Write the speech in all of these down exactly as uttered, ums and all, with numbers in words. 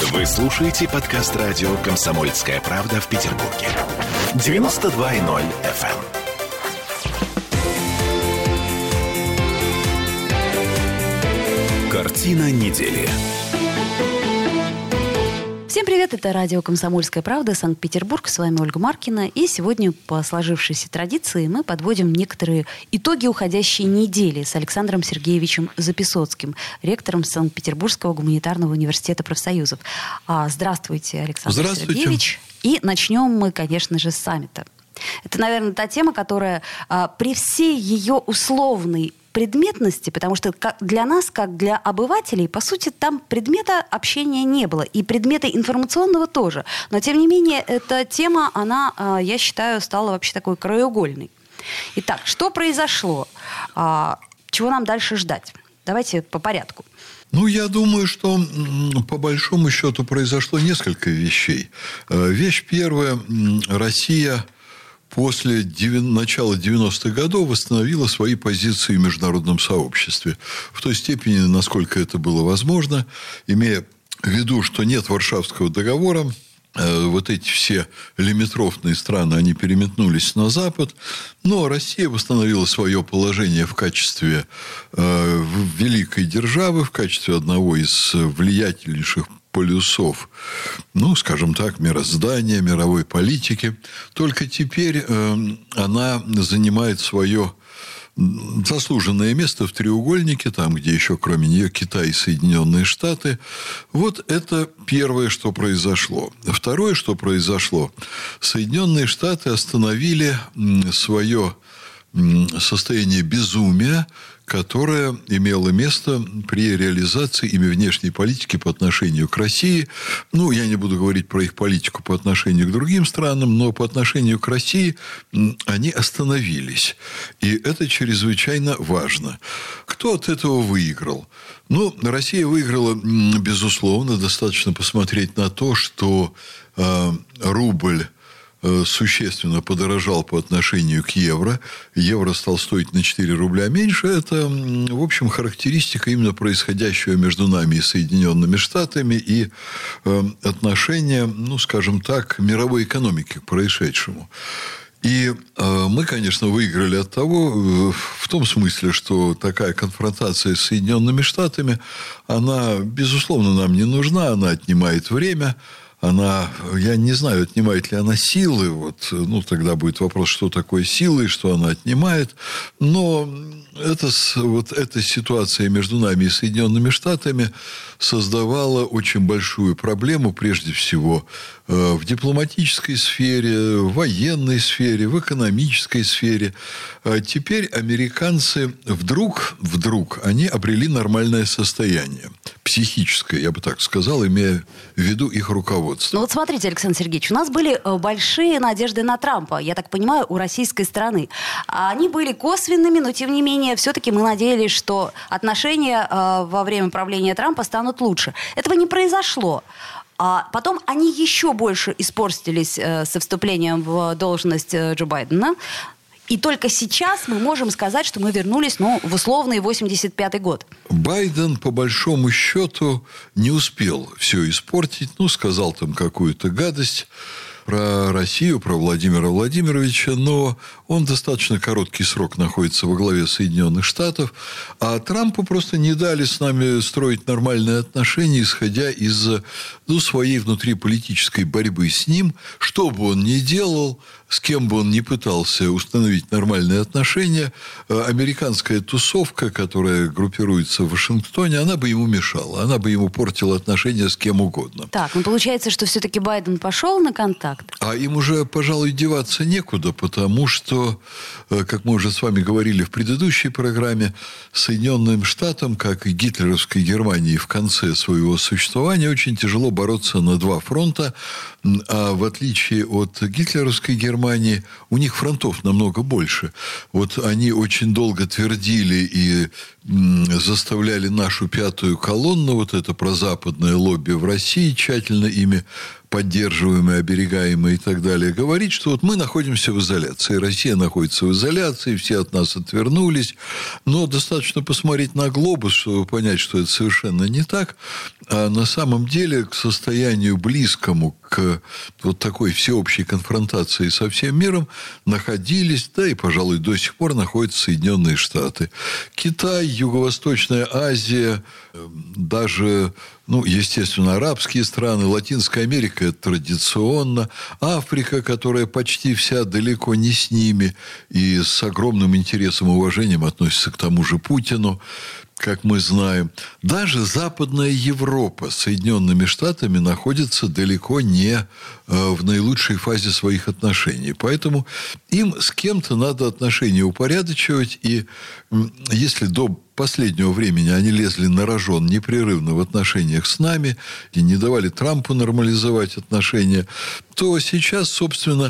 Вы слушаете подкаст радио «Комсомольская правда» в Петербурге. девяносто два и ноль эф эм. Картина недели. Всем привет, это радио «Комсомольская правда», Санкт-Петербург. С вами Ольга Маркина. И сегодня по сложившейся традиции мы подводим некоторые итоги уходящей недели с Александром Сергеевичем Записоцким, ректором Санкт-Петербургского гуманитарного университета профсоюзов. Здравствуйте, Александр Здравствуйте. Сергеевич. И начнем мы, конечно же, с саммита. Это, наверное, та тема, которая а, при всей ее условной предметности, потому что для нас, как для обывателей, по сути, там предмета общения не было. И предмета информационного тоже. Но, тем не менее, эта тема, она, а, я считаю, стала вообще такой краеугольной. Итак, что произошло? А, чего нам дальше ждать? Давайте по порядку. Ну, я думаю, что по большому счету произошло несколько вещей. Вещь первая. Россия после начала девяностых годов восстановила свои позиции в международном сообществе. В той степени, насколько это было возможно, имея в виду, что нет Варшавского договора, вот эти все лимитрофные страны, они переметнулись на Запад, но Россия восстановила свое положение в качестве э, великой державы, в качестве одного из влиятельнейших полюсов, ну, скажем так, мироздания, мировой политики. Только теперь э, она занимает свое заслуженное место в треугольнике, там, где еще кроме нее Китай и Соединенные Штаты. Вот это первое, что произошло. Второе, что произошло. Соединенные Штаты остановили свое состояние безумия, которое имело место при реализации ими внешней политики по отношению к России. Ну, я не буду говорить про их политику по отношению к другим странам, но по отношению к России они остановились. И это чрезвычайно важно. Кто от этого выиграл? Ну, Россия выиграла, безусловно. Достаточно посмотреть на то, что э, рубль существенно подорожал по отношению к евро. Евро стал стоить на четыре рубля меньше. Это, в общем, характеристика именно происходящего между нами и Соединенными Штатами и э, отношения, ну, скажем так, мировой экономики к происшедшему. И э, мы, конечно, выиграли от того, э, в том смысле, что такая конфронтация с Соединенными Штатами, она, безусловно, нам не нужна, она отнимает время. Она, я не знаю, отнимает ли она силы. Вот, ну, тогда будет вопрос, что такое сила и что она отнимает. Но это, вот эта ситуация между нами и Соединенными Штатами создавала очень большую проблему, прежде всего, в дипломатической сфере, в военной сфере, в экономической сфере. А теперь американцы вдруг, вдруг, они обрели нормальное состояние. Психическое, я бы так сказал, имея в виду их руководство. Ну вот смотрите, Александр Сергеевич, у нас были большие надежды на Трампа, я так понимаю, у российской стороны. Они были косвенными, но тем не менее, все-таки мы надеялись, что отношения во время правления Трампа станут лучше. Этого не произошло. А потом они еще больше испортились со вступлением в должность Джо Байдена. И только сейчас мы можем сказать, что мы вернулись, ну, в условный восемьдесят пятый год. Байден, по большому счету, не успел все испортить. Ну, сказал там какую-то гадость про Россию, про Владимира Владимировича, но он достаточно короткий срок находится во главе Соединенных Штатов, а Трампу просто не дали с нами строить нормальные отношения, исходя из, ну, своей внутриполитической борьбы с ним. Что бы он ни делал, с кем бы он ни пытался установить нормальные отношения, американская тусовка, которая группируется в Вашингтоне, она бы ему мешала, она бы ему портила отношения с кем угодно. Так, ну получается, что все-таки Байден пошел на контакт? А им уже, пожалуй, деваться некуда, потому что, как мы уже с вами говорили в предыдущей программе, Соединенным Штатам, как и гитлеровской Германии в конце своего существования, очень тяжело бороться на два фронта, а в отличие от гитлеровской Германии, у них фронтов намного больше. Вот они очень долго твердили и заставляли нашу пятую колонну, вот это прозападное лобби в России, тщательно ими поддерживаемые, оберегаемые и так далее, говорит, что вот мы находимся в изоляции. Россия находится в изоляции, все от нас отвернулись. Но достаточно посмотреть на глобус, чтобы понять, что это совершенно не так. А на самом деле к состоянию близкому к вот такой всеобщей конфронтации со всем миром находились, да и, пожалуй, до сих пор находятся Соединенные Штаты. Китай, Юго-Восточная Азия, даже, ну, естественно, арабские страны, Латинская Америка – это традиционно, Африка, которая почти вся далеко не с ними и с огромным интересом и уважением относится к тому же Путину, как мы знаем. Даже Западная Европа с Соединенными Штатами находится далеко не в наилучшей фазе своих отношений. Поэтому им с кем-то надо отношения упорядочивать. И если до последнего времени они лезли на рожон непрерывно в отношениях с нами и не давали Трампу нормализовать отношения, то сейчас, собственно,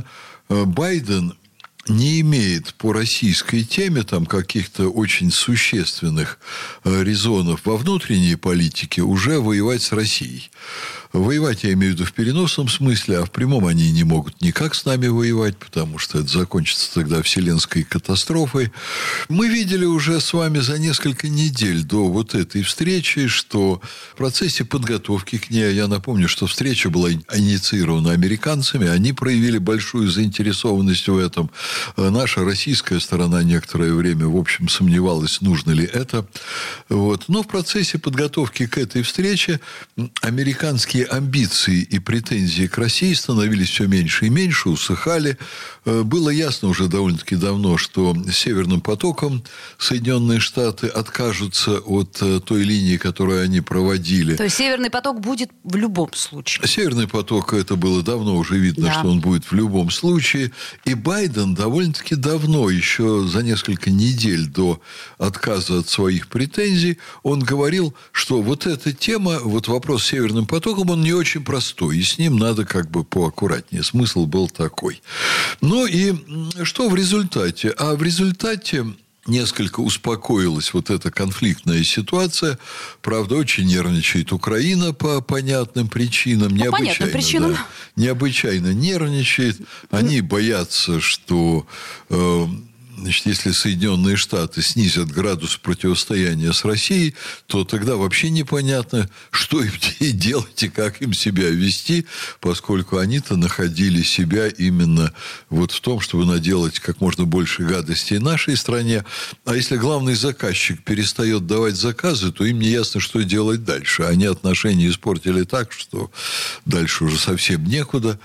Байден не имеет по российской теме там каких-то очень существенных резонов во внутренней политике уже воевать с Россией. Воевать я имею в виду в переносном смысле, а в прямом они не могут никак с нами воевать, потому что это закончится тогда вселенской катастрофой. Мы видели уже с вами за несколько недель до вот этой встречи, что в процессе подготовки к ней, я напомню, что встреча была инициирована американцами, они проявили большую заинтересованность в этом. Наша российская сторона некоторое время, в общем, сомневалась, нужно ли это. Вот. Но в процессе подготовки к этой встрече американские амбиции и претензии к России становились все меньше и меньше, усыхали. Было ясно уже довольно-таки давно, что Северным потоком Соединенные Штаты откажутся от той линии, которую они проводили. То есть Северный поток будет в любом случае. Северный поток, это было давно уже видно, да, что он будет в любом случае. И Байден довольно-таки давно, еще за несколько недель до отказа от своих претензий, он говорил, что вот эта тема, вот вопрос с Северным потоком, он не очень простой, и с ним надо как бы поаккуратнее. Смысл был такой. Ну и что в результате? А в результате несколько успокоилась вот эта конфликтная ситуация. Правда, очень нервничает Украина по понятным причинам. По необычайно, понятным причинам. Да, необычайно нервничает. Они боятся, что... Э, Значит, если Соединенные Штаты снизят градус противостояния с Россией, то тогда вообще непонятно, что им делать и как им себя вести, поскольку они-то находили себя именно вот в том, чтобы наделать как можно больше гадостей нашей стране. А если главный заказчик перестает давать заказы, то им не ясно, что делать дальше. Они отношения испортили так, что дальше уже совсем некуда.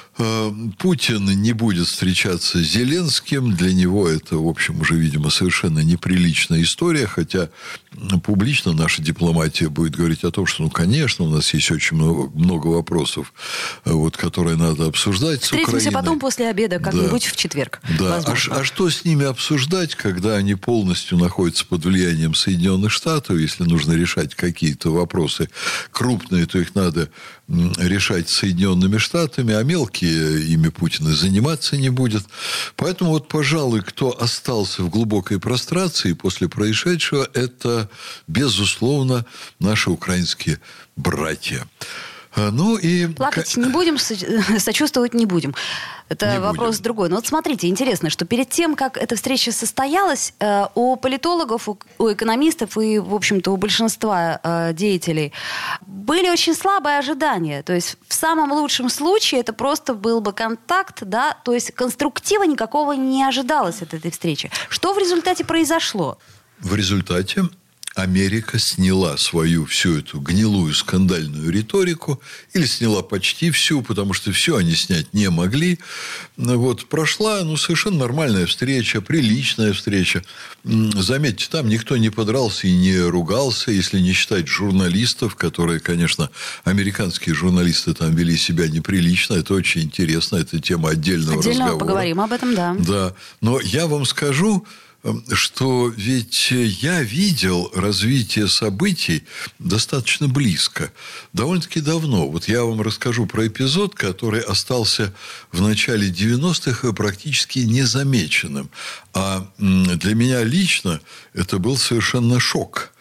Путин не будет встречаться с Зеленским. Для него это, в общем, уже, видимо, совершенно неприличная история. Хотя публично наша дипломатия будет говорить о том, что, ну, конечно, у нас есть очень много, много вопросов, вот, которые надо обсуждать с Украиной. Встретимся потом после обеда, как-нибудь, да, в четверг. Да. А, а что с ними обсуждать, когда они полностью находятся под влиянием Соединенных Штатов? Если нужно решать какие-то вопросы крупные, то их надо решать с Соединенными Штатами, а мелкие ими Путин и заниматься не будет. Поэтому вот, пожалуй, кто остался в глубокой прострации после происшедшего, это, безусловно, наши украинские братья. Ну и... Плакать не будем, сочувствовать не будем. Это не вопрос будем. Другой. Но вот смотрите, интересно, что перед тем, как эта встреча состоялась, у политологов, у экономистов и, в общем-то, у большинства деятелей были очень слабые ожидания. То есть в самом лучшем случае это просто был бы контакт, да, то есть конструктива никакого не ожидалось от этой встречи. Что в результате произошло? В результате Америка сняла свою всю эту гнилую скандальную риторику, или сняла почти всю, потому что все они снять не могли. Вот, прошла, ну, совершенно нормальная встреча, приличная встреча. Заметьте, там никто не подрался и не ругался, если не считать журналистов, которые, конечно, американские журналисты там вели себя неприлично. Это очень интересно, это тема отдельного Отдельно разговора. Поговорим об этом, да. Да, но я вам скажу, что ведь я видел развитие событий достаточно близко, довольно-таки давно. Вот я вам расскажу про эпизод, который остался в начале девяностых практически незамеченным. А для меня лично это был совершенно шок.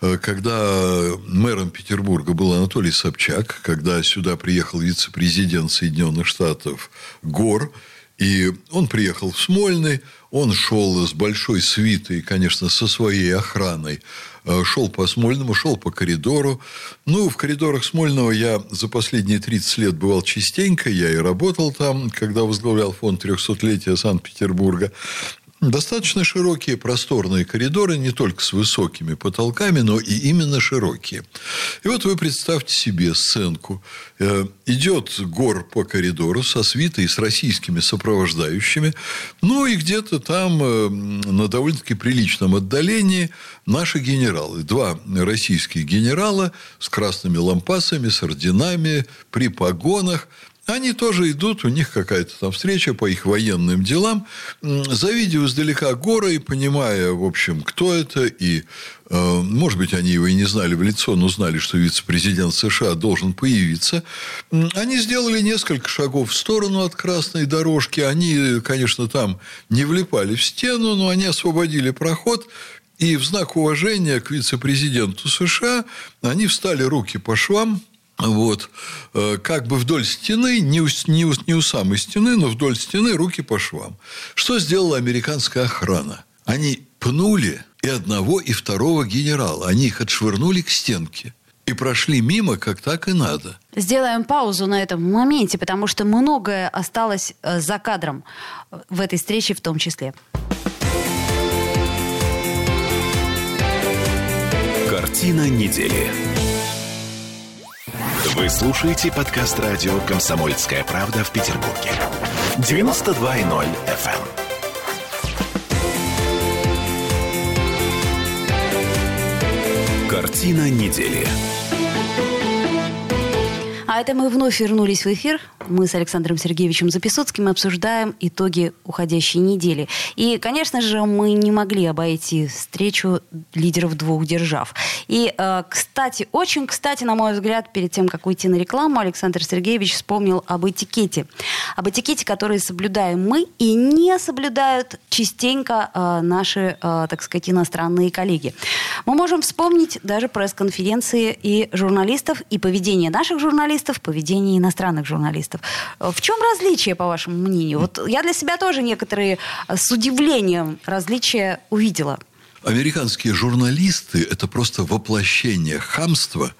когда мэром Петербурга был Анатолий Собчак, когда сюда приехал вице-президент Соединенных Штатов Гор, и он приехал в Смольный, он шел с большой свитой, конечно, со своей охраной, шел по Смольному, шел по коридору. Ну, в коридорах Смольного я за последние тридцать лет бывал частенько, я и работал там, когда возглавлял фонд трехсотлетия Санкт-Петербурга. Достаточно широкие, просторные коридоры, не только с высокими потолками, но и именно широкие. И вот вы представьте себе сценку. Идет Гор по коридору со свитой, с российскими сопровождающими. Ну, и где-то там на довольно-таки приличном отдалении наши генералы. Два российских генерала с красными лампасами, с орденами, при погонах. Они тоже идут, у них какая-то там встреча по их военным делам. Завидев издалека Гора и понимая, в общем, кто это, и, может быть, они его и не знали в лицо, но знали, что вице-президент США должен появиться, они сделали несколько шагов в сторону от красной дорожки. Они, конечно, там не влипали в стену, но они освободили проход. И в знак уважения к вице-президенту США они встали руки по швам. Вот, как бы вдоль стены, не у, не, у, не у самой стены, но вдоль стены руки по швам. Что сделала американская охрана? Они пнули и одного, и второго генерала. Они их отшвырнули к стенке. И прошли мимо, как так и надо. Сделаем паузу на этом моменте, потому что многое осталось за кадром в этой встрече в том числе. Картина недели. Вы слушаете подкаст радио «Комсомольская правда» в Петербурге. девяносто два и ноль эф эм. Картина недели. А это мы вновь вернулись в эфир. Мы с Александром Сергеевичем Записоцким обсуждаем итоги уходящей недели. И, конечно же, мы не могли обойти встречу лидеров двух держав. И, кстати, очень кстати, на мой взгляд, перед тем, как уйти на рекламу, Александр Сергеевич вспомнил об этикете. Об этикете, который соблюдаем мы и не соблюдают частенько наши, так сказать, иностранные коллеги. Мы можем вспомнить даже пресс-конференции и журналистов, и поведение наших журналистов, поведение иностранных журналистов. В чем различие, по вашему мнению? Вот я для себя тоже некоторые с удивлением различия увидела. Американские журналисты – это просто воплощение хамства,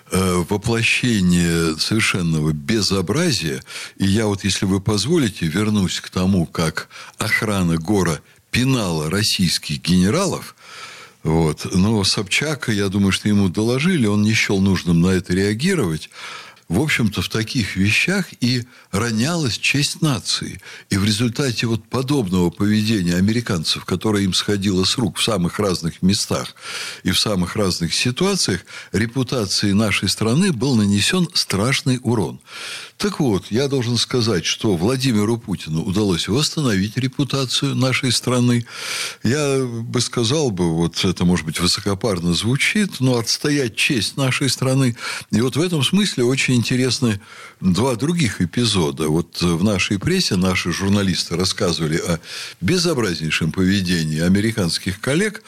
воплощение совершенного безобразия. И я вот, если вы позволите, вернусь к тому, как охрана Гора пинала российских генералов. Вот. Но Собчак, я думаю, что ему доложили, он не счел нужным на это реагировать. В общем-то, в таких вещах и ронялась честь нации. И в результате вот подобного поведения американцев, которое им сходило с рук в самых разных местах и в самых разных ситуациях, репутации нашей страны был нанесен страшный урон. Так вот, я должен сказать, что Владимиру Путину удалось восстановить репутацию нашей страны. Я бы сказал, бы, вот это, может быть, высокопарно звучит, но отстоять честь нашей страны. И вот в этом смысле очень интересны два других эпизода. Вот в нашей прессе наши журналисты рассказывали о безобразнейшем поведении американских коллег.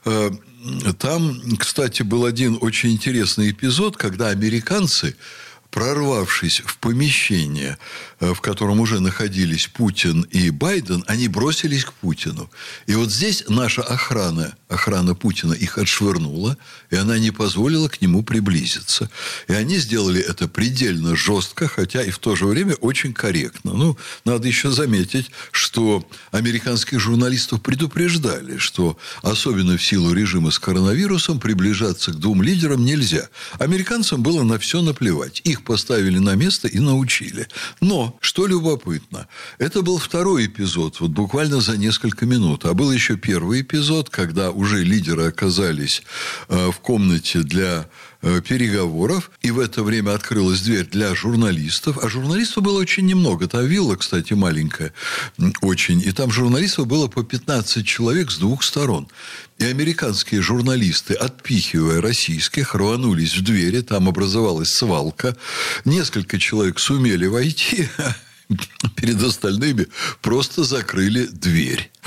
Там, кстати, был один очень интересный эпизод, когда американцы, прорвавшись в помещение, в котором уже находились Путин и Байден, они бросились к Путину. И вот здесь наша охрана, охрана Путина их отшвырнула, и она не позволила к нему приблизиться. И они сделали это предельно жестко, хотя и в то же время очень корректно. Ну, надо еще заметить, что американских журналистов предупреждали, что особенно в силу режима с коронавирусом приближаться к двум лидерам нельзя. Американцам было на все наплевать. Их поставили на место и научили. Но, что любопытно, это был второй эпизод, вот буквально за несколько минут. А был еще первый эпизод, когда уже лидеры оказались э, в комнате для э, переговоров, и в это время открылась дверь для журналистов. А журналистов было очень немного. Там вилла, кстати, маленькая очень. И там журналистов было по пятнадцать человек с двух сторон. И американские журналисты, отпихивая российских, рванулись в двери. Там образовалась свалка. Несколько человек сумели войти. Перед остальными просто закрыли дверь.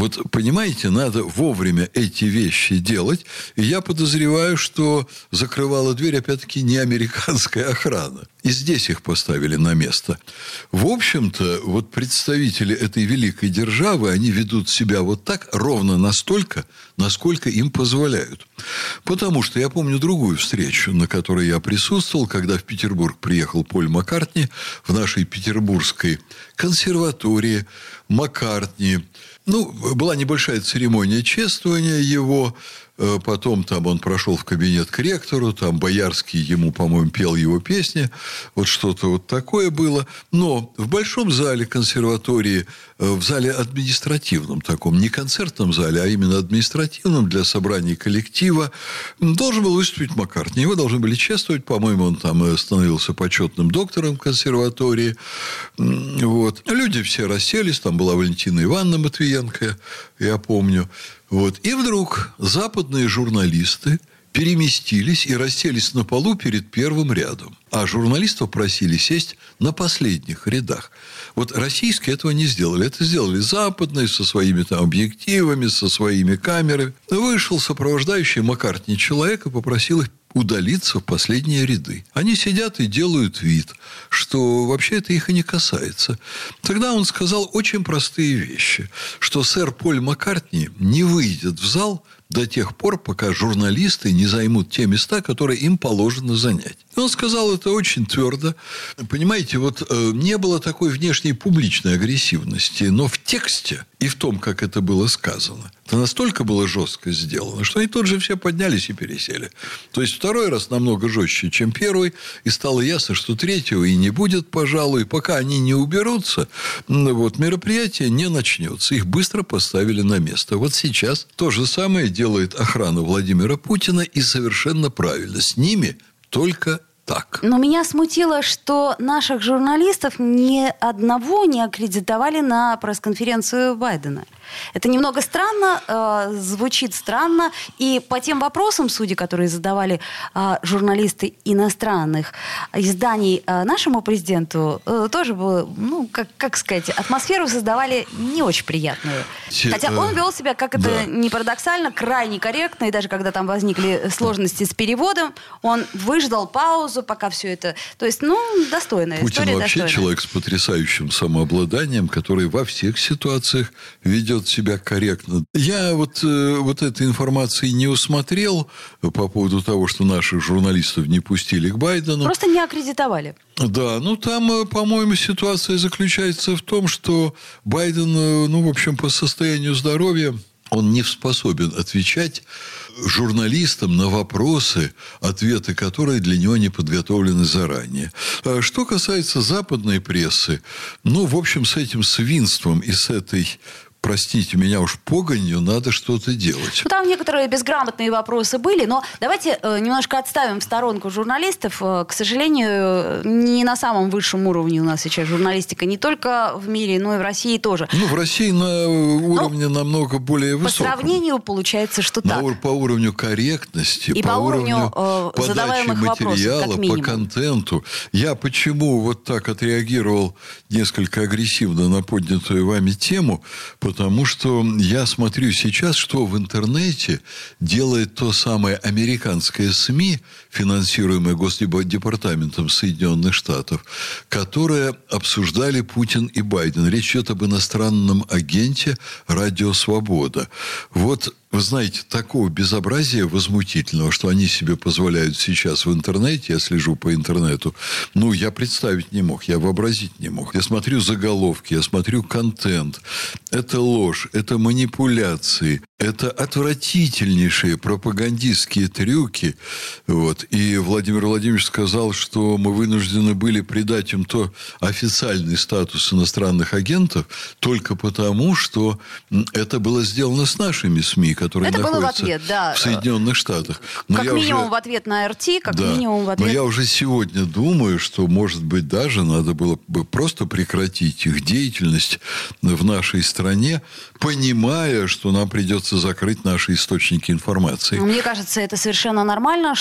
Вот, понимаете, надо вовремя эти вещи делать. И я подозреваю, что закрывала дверь, опять-таки, не американская охрана. И здесь их поставили на место. В общем-то, вот представители этой великой державы, они ведут себя вот так ровно настолько, насколько им позволяют. Потому что я помню другую встречу, на которой я присутствовал, когда в Петербург приехал Поль Маккартни в нашей петербургской консерватории. Маккартни. Ну, была небольшая церемония чествования его. Потом там он прошел в кабинет к ректору. Там Боярский ему, по-моему, пел его песни. Вот что-то вот такое было. Но в большом зале консерватории, в зале административном таком, не концертном зале, а именно административном для собраний коллектива, должен был выступить Маккартни. Его должны были чествовать. По-моему, он там становился почетным доктором консерватории. Вот. Люди все расселись. Там была Валентина Ивановна Матвиенко, я помню. Вот. И вдруг западные журналисты переместились и расселись на полу перед первым рядом. А журналистов просили сесть на последних рядах. Вот российские этого не сделали. Это сделали западные со своими там объективами, со своими камерами. Вышел сопровождающий Маккартни человек и попросил их удалиться в последние ряды. Они сидят и делают вид, что вообще это их и не касается. Тогда он сказал очень простые вещи, что сэр Поль Маккартни не выйдет в зал до тех пор, пока журналисты не займут те места, которые им положено занять. И он сказал это очень твердо. Понимаете, вот э, не было такой внешней публичной агрессивности, но в тексте и в том, как это было сказано, это настолько было жестко сделано, что они тут же все поднялись и пересели. То есть второй раз намного жестче, чем первый, и стало ясно, что третьего и не будет, пожалуй, пока они не уберутся, вот, мероприятие не начнется. Их быстро поставили на место. Вот сейчас то же самое делает охрана Владимира Путина, и совершенно правильно. С ними только так. Но меня смутило, что наших журналистов ни одного не аккредитовали на пресс-конференцию Байдена. Это немного странно, э, звучит странно. И по тем вопросам, судя, которые задавали э, журналисты иностранных изданий э, нашему президенту, э, тоже было, ну, как, как сказать, атмосферу создавали не очень приятную. Те, Хотя он вел себя, как это да. ни парадоксально, крайне корректно. И даже когда там возникли сложности с переводом, он выждал паузу, пока все это... То есть, ну, достойная Путин история. вообще достойная. человек с потрясающим самообладанием, который во всех ситуациях ведет себя корректно. Я вот, э, вот этой информации не усмотрел по поводу того, что наших журналистов не пустили к Байдену. Просто не аккредитовали. Да, ну там, по-моему, ситуация заключается в том, что Байден, ну, в общем, по состоянию здоровья, он не способен отвечать журналистам на вопросы, ответы которые для него не подготовлены заранее. Что касается западной прессы, ну, в общем, с этим свинством и с этой... Простите меня уж, погонью надо что-то делать. Ну, там некоторые безграмотные вопросы были, но давайте э, немножко отставим в сторонку журналистов. Э, к сожалению, не на самом высшем уровне у нас сейчас журналистика, не только в мире, но и в России тоже. Ну, в России на уровне но намного более высоком. По сравнению получается, что на, так. По уровню корректности, и по, по уровню, уровню э, подачи материала, по контенту. Я почему вот так отреагировал несколько агрессивно на поднятую вами тему? Потому что я смотрю сейчас, что в интернете делает то самое американское СМИ, финансируемое Госдепартаментом Соединенных Штатов, которые обсуждали Путин и Байден. Речь идет об иностранном агенте «Радио Свобода». Вот, вы знаете, такого безобразия возмутительного, что они себе позволяют сейчас в интернете, я слежу по интернету, ну, я представить не мог, я вообразить не мог. Я смотрю заголовки, я смотрю контент. Это ложь, это манипуляции, это отвратительнейшие пропагандистские трюки. Вот. И Владимир Владимирович сказал, что мы вынуждены были придать им то официальный статус иностранных агентов только потому, что это было сделано с нашими СМИ, которые это находятся было в ответ, да. в Соединенных Штатах. Но как минимум уже... в ответ на эр ти, как да. минимум в ответ... Но я уже сегодня думаю, что, может быть, даже надо было бы просто прекратить их деятельность в нашей стране, понимая, что нам придется закрыть наши источники информации. Мне кажется, это совершенно нормально, что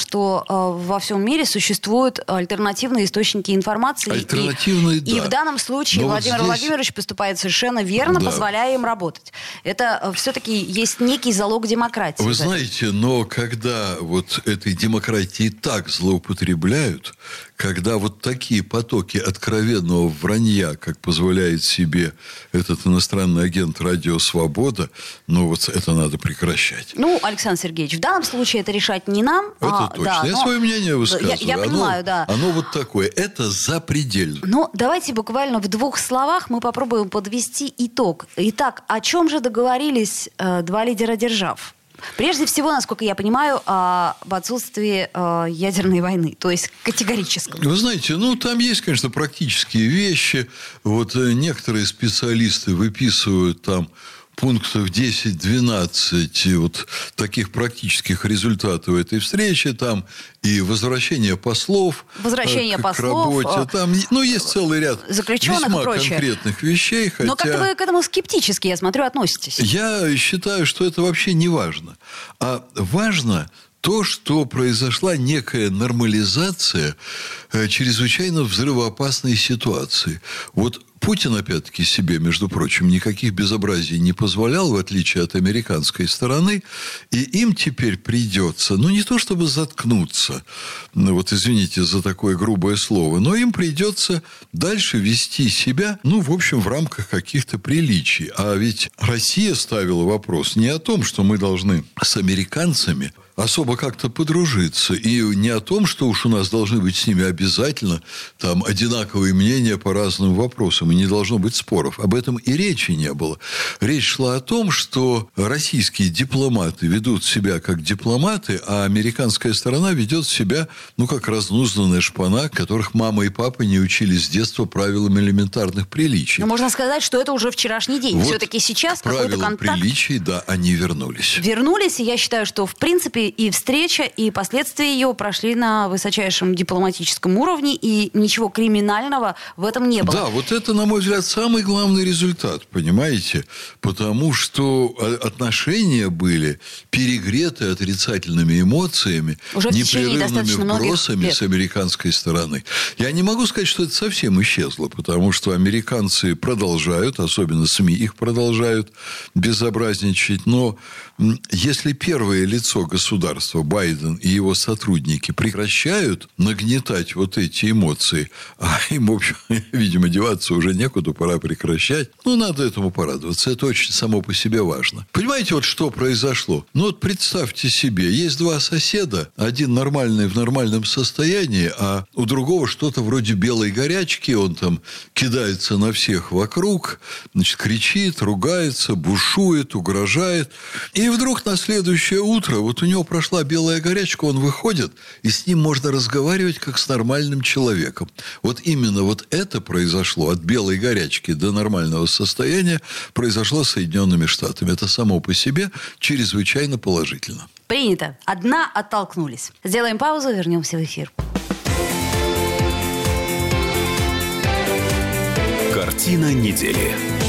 во всем мире существуют альтернативные источники информации. Альтернативные, и, да. И в данном случае Но Владимир вот здесь... Владимирович поступает совершенно верно, да. позволяя им работать. Это все-таки есть некий залог демократии. Вы знаете, но когда вот этой демократии так злоупотребляют, когда вот такие потоки откровенного вранья, как позволяет себе этот иностранный агент «Радио Свобода», ну вот это надо прекращать. Ну, Александр Сергеевич, в данном случае это решать не нам. Это а, точно. Да, я но... свое мнение высказываю. Я, я понимаю, оно, да. Оно вот такое. Это запредельно. Ну, давайте буквально в двух словах мы попробуем подвести итог. Итак, о чем же договорились э, два лидера держав? Прежде всего, насколько я понимаю, об отсутствии э, ядерной войны, то есть категорическом. Вы знаете, ну, там есть, конечно, практические вещи. Вот некоторые специалисты выписывают там пунктов десять-двенадцать вот таких практических результатов этой встречи. Там и возвращение послов возвращение к, послов, к работе. Там, ну, есть целый ряд весьма конкретных вещей. Хотя... Но как-то вы к этому скептически, я смотрю, относитесь. Я считаю, что это вообще не важно. А важно... то, что произошла некая нормализация э, чрезвычайно взрывоопасной ситуации. Вот Путин, опять-таки, себе, между прочим, никаких безобразий не позволял, в отличие от американской стороны. И им теперь придется, ну, не то чтобы заткнуться, ну, вот извините за такое грубое слово, но им придется дальше вести себя, ну, в общем, в рамках каких-то приличий. А ведь Россия ставила вопрос не о том, что мы должны с американцами особо как-то подружиться. И не о том, что уж у нас должны быть с ними обязательно там одинаковые мнения по разным вопросам. И не должно быть споров. Об этом и речи не было. Речь шла о том, что российские дипломаты ведут себя как дипломаты, а американская сторона ведет себя, ну, как разнузданная шпана, которых мама и папа не учили с детства правилам элементарных приличий. Но можно сказать, что это уже вчерашний день. Вот все-таки сейчас какой-то контакт... приличий, да, они вернулись. Вернулись, и я считаю, что, в принципе, и встреча, и последствия ее прошли на высочайшем дипломатическом уровне, и ничего криминального в этом не было. Да, вот это, на мой взгляд, самый главный результат, понимаете? Потому что отношения были перегреты отрицательными эмоциями, уже непрерывными вбросами с американской стороны. Я не могу сказать, что это совсем исчезло, потому что американцы продолжают, особенно СМИ их продолжают безобразничать, но если первое лицо государства, Байден и его сотрудники, прекращают нагнетать вот эти эмоции, а им, в общем, видимо, деваться уже некуда, пора прекращать, ну, надо этому порадоваться. Это очень само по себе важно. Понимаете, вот что произошло? Ну, вот представьте себе, есть два соседа, один нормальный в нормальном состоянии, а у другого что-то вроде белой горячки, он там кидается на всех вокруг, значит, кричит, ругается, бушует, угрожает. И вдруг на следующее утро вот у него прошла белая горячка, он выходит, и с ним можно разговаривать как с нормальным человеком. Вот именно вот это произошло от белой горячки до нормального состояния, произошло с Соединенными Штатами. Это само по себе чрезвычайно положительно. Принято. Одна оттолкнулись. Сделаем паузу, вернемся в эфир. Картина недели.